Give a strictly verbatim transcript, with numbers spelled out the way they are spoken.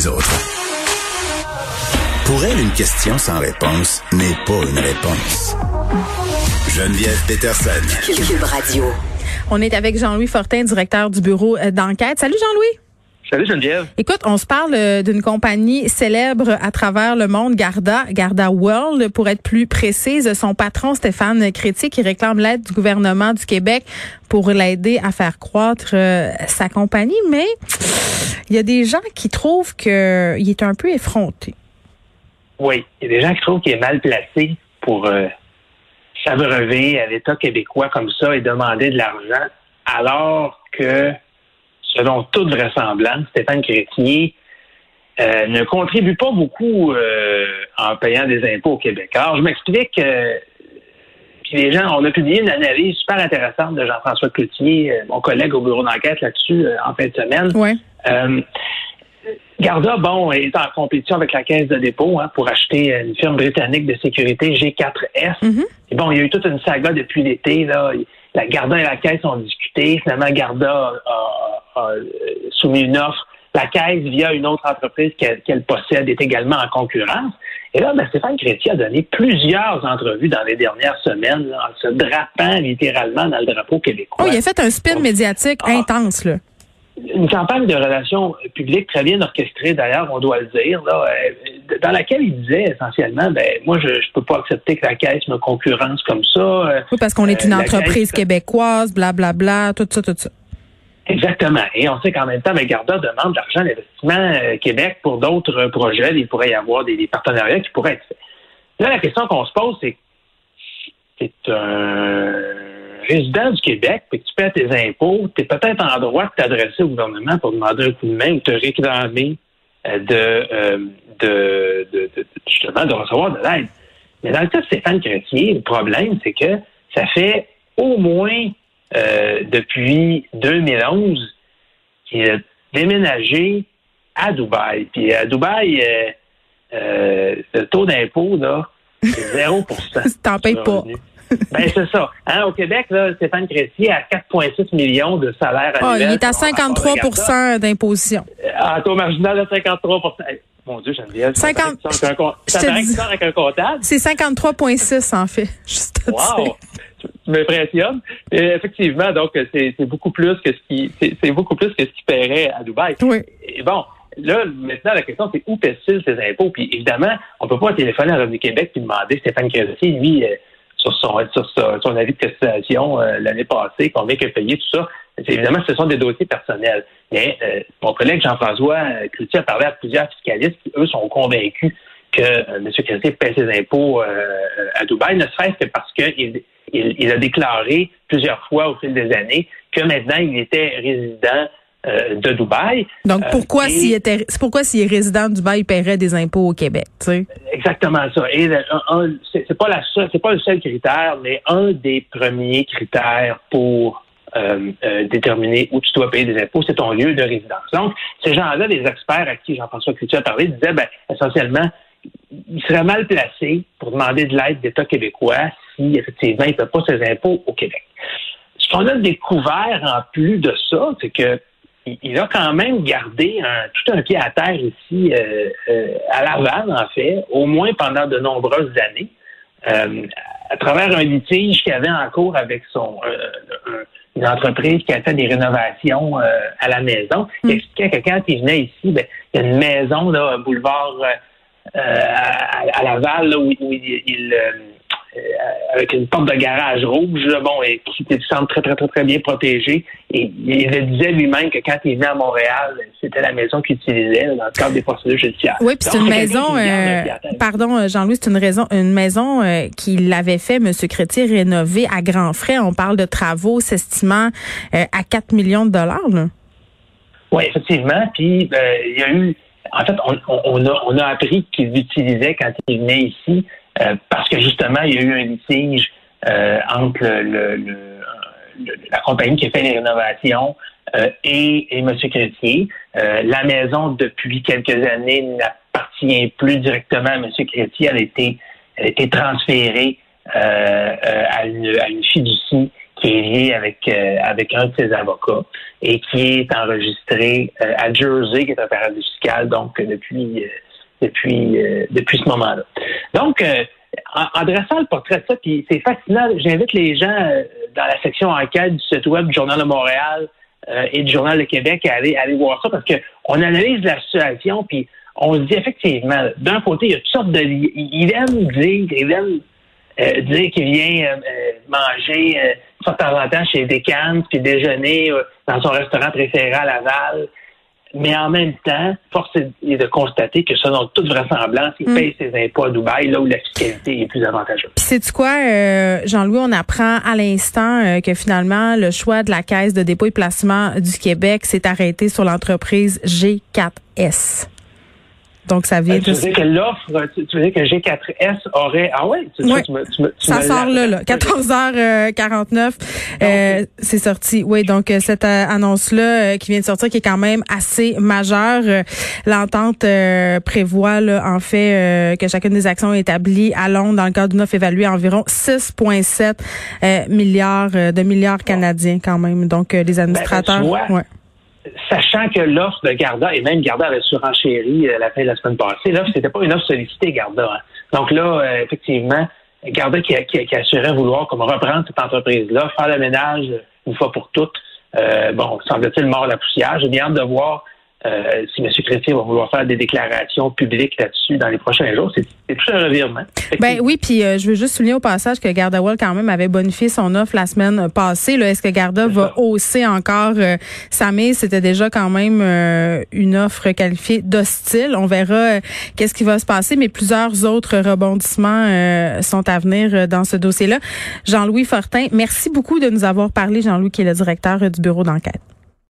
les autres. Pour elle, une question sans réponse n'est pas une réponse. Geneviève Peterson. Cube Radio. On est avec Jean-Louis Fortin, directeur du bureau d'enquête. Salut Jean-Louis. Salut Geneviève. Écoute, on se parle euh, d'une compagnie célèbre à travers le monde, Garda, Garda World, pour être plus précise. Son patron, Stéphane Crétier, qui réclame l'aide du gouvernement du Québec pour l'aider à faire croître euh, sa compagnie. Mais il y a des gens qui trouvent qu'il est un peu effronté. Oui, il y a des gens qui trouvent qu'il est mal placé pour euh, s'abreuver à l'État québécois comme ça et demander de l'argent, alors que selon toute vraisemblance, Stéphane Crétier euh, ne contribue pas beaucoup euh, en payant des impôts au Québec. Alors, je m'explique. Euh, puis les gens, on a publié une analyse super intéressante de Jean-François Cloutier, euh, mon collègue au bureau d'enquête là-dessus, euh, en fin de semaine. Ouais. Euh, Garda, bon, est en compétition avec la Caisse de dépôt hein, pour acheter une firme britannique de sécurité G quatre S. Mm-hmm. Et bon, il y a eu toute une saga depuis l'été, là. La Garda et la Caisse ont discuté. Finalement, Garda a, a, a soumis une offre. La Caisse, via une autre entreprise qu'elle, qu'elle possède, est également en concurrence. Et là, ben, Stéphane Crétier a donné plusieurs entrevues dans les dernières semaines, là, en se drapant littéralement dans le drapeau québécois. Oh, il a fait un spin Donc, médiatique ah, intense, là. Une campagne de relations publiques très bien orchestrée, d'ailleurs, on doit le dire, là, dans laquelle il disait essentiellement, ben moi, je ne peux pas accepter que la Caisse me concurrence comme ça. Oui, parce qu'on est une euh, entreprise Caisse... québécoise, blablabla, tout ça, tout ça. Exactement. Et on sait qu'en même temps, ben, Garda demande de l'argent d'investissement euh, Québec pour d'autres projets. Il pourrait y avoir des, des partenariats qui pourraient être faits. Là, la question qu'on se pose, c'est c'est un résident du Québec, puis que tu paies tes impôts, tu es peut-être en droit de t'adresser au gouvernement pour demander un coup de main ou te réclamer euh, de, euh, de, de, de, justement, de recevoir de l'aide. Mais dans le cas de Stéphane Crétier, le problème, c'est que ça fait au moins euh, depuis deux mille onze qu'il a déménagé à Dubaï. Puis à Dubaï, euh, euh, le taux d'impôt, là, c'est zéro pour cent. T'en payes pas. Ben, c'est ça. Hein, au Québec, là, Stéphane Crétier a quatre virgule six millions de salaires oh, annuels. Il est à cinquante-trois pour cent d'imposition. En taux marginal de cinquante-trois pour cent. Mon Dieu, Geneviève. cinquante Ça paraît que ça avec un comptable. C'est cinquante-trois virgule six, en fait. Juste wow! Tu m'impressionnes. Et effectivement, donc, c'est, c'est beaucoup plus que ce qui, c'est, c'est beaucoup plus que ce qu'il paierait à Dubaï. Oui. Et bon. Là, maintenant, la question, c'est où paie-t-il ses impôts? Puis, évidemment, on peut pas téléphoner à Revenu Québec et demander Stéphane Crétier, lui, euh, sur son sur son, son avis de cotisation euh, l'année passée, combien qu'il a payé, tout ça. C'est, évidemment, ce sont des dossiers personnels. Mais euh, mon collègue Jean-François Cloutier a parlé à plusieurs fiscalistes qui, eux, sont convaincus que euh, M. Crétier paie ses impôts euh, à Dubaï, ne serait-ce que parce qu'il il, il a déclaré plusieurs fois au fil des années que maintenant, il était résident Euh, de Dubaï. Donc pourquoi euh, et, s'il était pourquoi s'il est résident de Dubaï, il paierait des impôts au Québec, tu sais? Exactement ça. Et le, un, un, c'est, c'est pas la seule, c'est pas le seul critère, mais un des premiers critères pour euh, euh, déterminer où tu dois payer des impôts, c'est ton lieu de résidence. Donc, ces gens-là, les experts à qui Jean-François Cloutier a parlé, disaient ben essentiellement, il serait mal placé pour demander de l'aide d'État québécois si effectivement il ne paie pas ses impôts au Québec. Ce qu'on a découvert en plus de ça, c'est que il a quand même gardé un, tout un pied à terre ici, euh, euh, à Laval, en fait, au moins pendant de nombreuses années, euh, à travers un litige qu'il avait en cours avec son euh, un, une entreprise qui a fait des rénovations euh, à la maison. Il mm. expliquait que quand il venait ici, ben, il y a une maison, là, un boulevard euh, à, à Laval, là, où, où il... il euh, Euh, avec une porte de garage rouge, là, bon, et qui semble très, très, très, très bien protégée. Et il le disait lui-même que quand il venait à Montréal, c'était la maison qu'il utilisait là, dans le cadre des procédures judiciaires. Oui, puis c'est une maison, euh, pardon, Jean-Louis, c'est une raison, une maison euh, qu'il avait fait, M. Crétier, rénover à grands frais. On parle de travaux s'estimant euh, à quatre millions de dollars, là. Oui, effectivement. Puis, euh, il y a eu, en fait, on, on, a, on a appris qu'il l'utilisait quand il venait ici. Euh, parce que justement, il y a eu un litige euh, entre le, le, le, le, la compagnie qui a fait les rénovations euh, et, et M. Crétier. Euh, la maison, depuis quelques années, n'appartient plus directement à M. Crétier. Elle a été, elle a été transférée euh, euh, à, une, à une fiducie qui est lié avec euh, avec un de ses avocats et qui est enregistré euh, à Jersey, qui est un paradis fiscal, donc euh, depuis euh, depuis euh, depuis ce moment-là. Donc, euh, en, en dressant le portrait de ça, puis c'est fascinant. J'invite les gens euh, dans la section enquête du site web du Journal de Montréal euh, et du Journal de Québec à aller à aller voir ça, parce que on analyse la situation, puis on se dit effectivement, d'un côté, il y a toutes sortes de... Il aime dire, il aime euh, dire qu'il vient euh, manger euh, de temps en temps chez Descans, puis déjeuner euh, dans son restaurant préféré à Laval. Mais en même temps, force est de constater que selon toute vraisemblance, il mm. paye ses impôts à Dubaï, là où la fiscalité est plus avantageuse. Puis sais-tu quoi, euh, Jean-Louis, on apprend à l'instant euh, que finalement, le choix de la Caisse de dépôt et placement du Québec s'est arrêté sur l'entreprise G quatre S. Donc, ça vient... Euh, tu veux dire que l'offre, tu, tu veux dire que G quatre S aurait... Ah ouais? Tu, oui, tu me, tu me, tu ça me sort là, là. quatorze heures quarante-neuf, euh, c'est sorti. Oui, donc cette euh, annonce-là euh, qui vient de sortir, qui est quand même assez majeure. Euh, l'entente euh, prévoit, là, en fait, euh, que chacune des actions établies à Londres dans le cadre d'une offre évaluée à environ six virgule sept euh, milliards euh, de milliards canadiens quand même. Donc, euh, les administrateurs... Ben, ben, tu vois, ouais. Sachant que l'offre de Garda, et même Garda avait surenchéri à la fin de la semaine passée, l'offre, c'était pas une offre sollicitée, Garda. Hein. Donc là, euh, effectivement, Garda qui, qui, qui assurait vouloir comme reprendre cette entreprise-là, faire le ménage une fois pour toutes. Euh, bon, semble-t-il mort la poussière. J'ai bien hâte de voir euh, si M. Chrétien va vouloir faire des déclarations publiques là-dessus dans les prochains jours. C'est, c'est tout un revirement. Ben oui, puis euh, je veux juste souligner au passage que GardaWorld quand même avait bonifié son offre la semaine passée. Là, est-ce que Garda c'est va ça. hausser encore euh, sa mise? C'était déjà quand même euh, une offre qualifiée d'hostile. On verra euh, qu'est-ce qui va se passer, mais plusieurs autres rebondissements euh, sont à venir euh, dans ce dossier-là. Jean-Louis Fortin, merci beaucoup de nous avoir parlé. Jean-Louis qui est le directeur euh, du bureau d'enquête.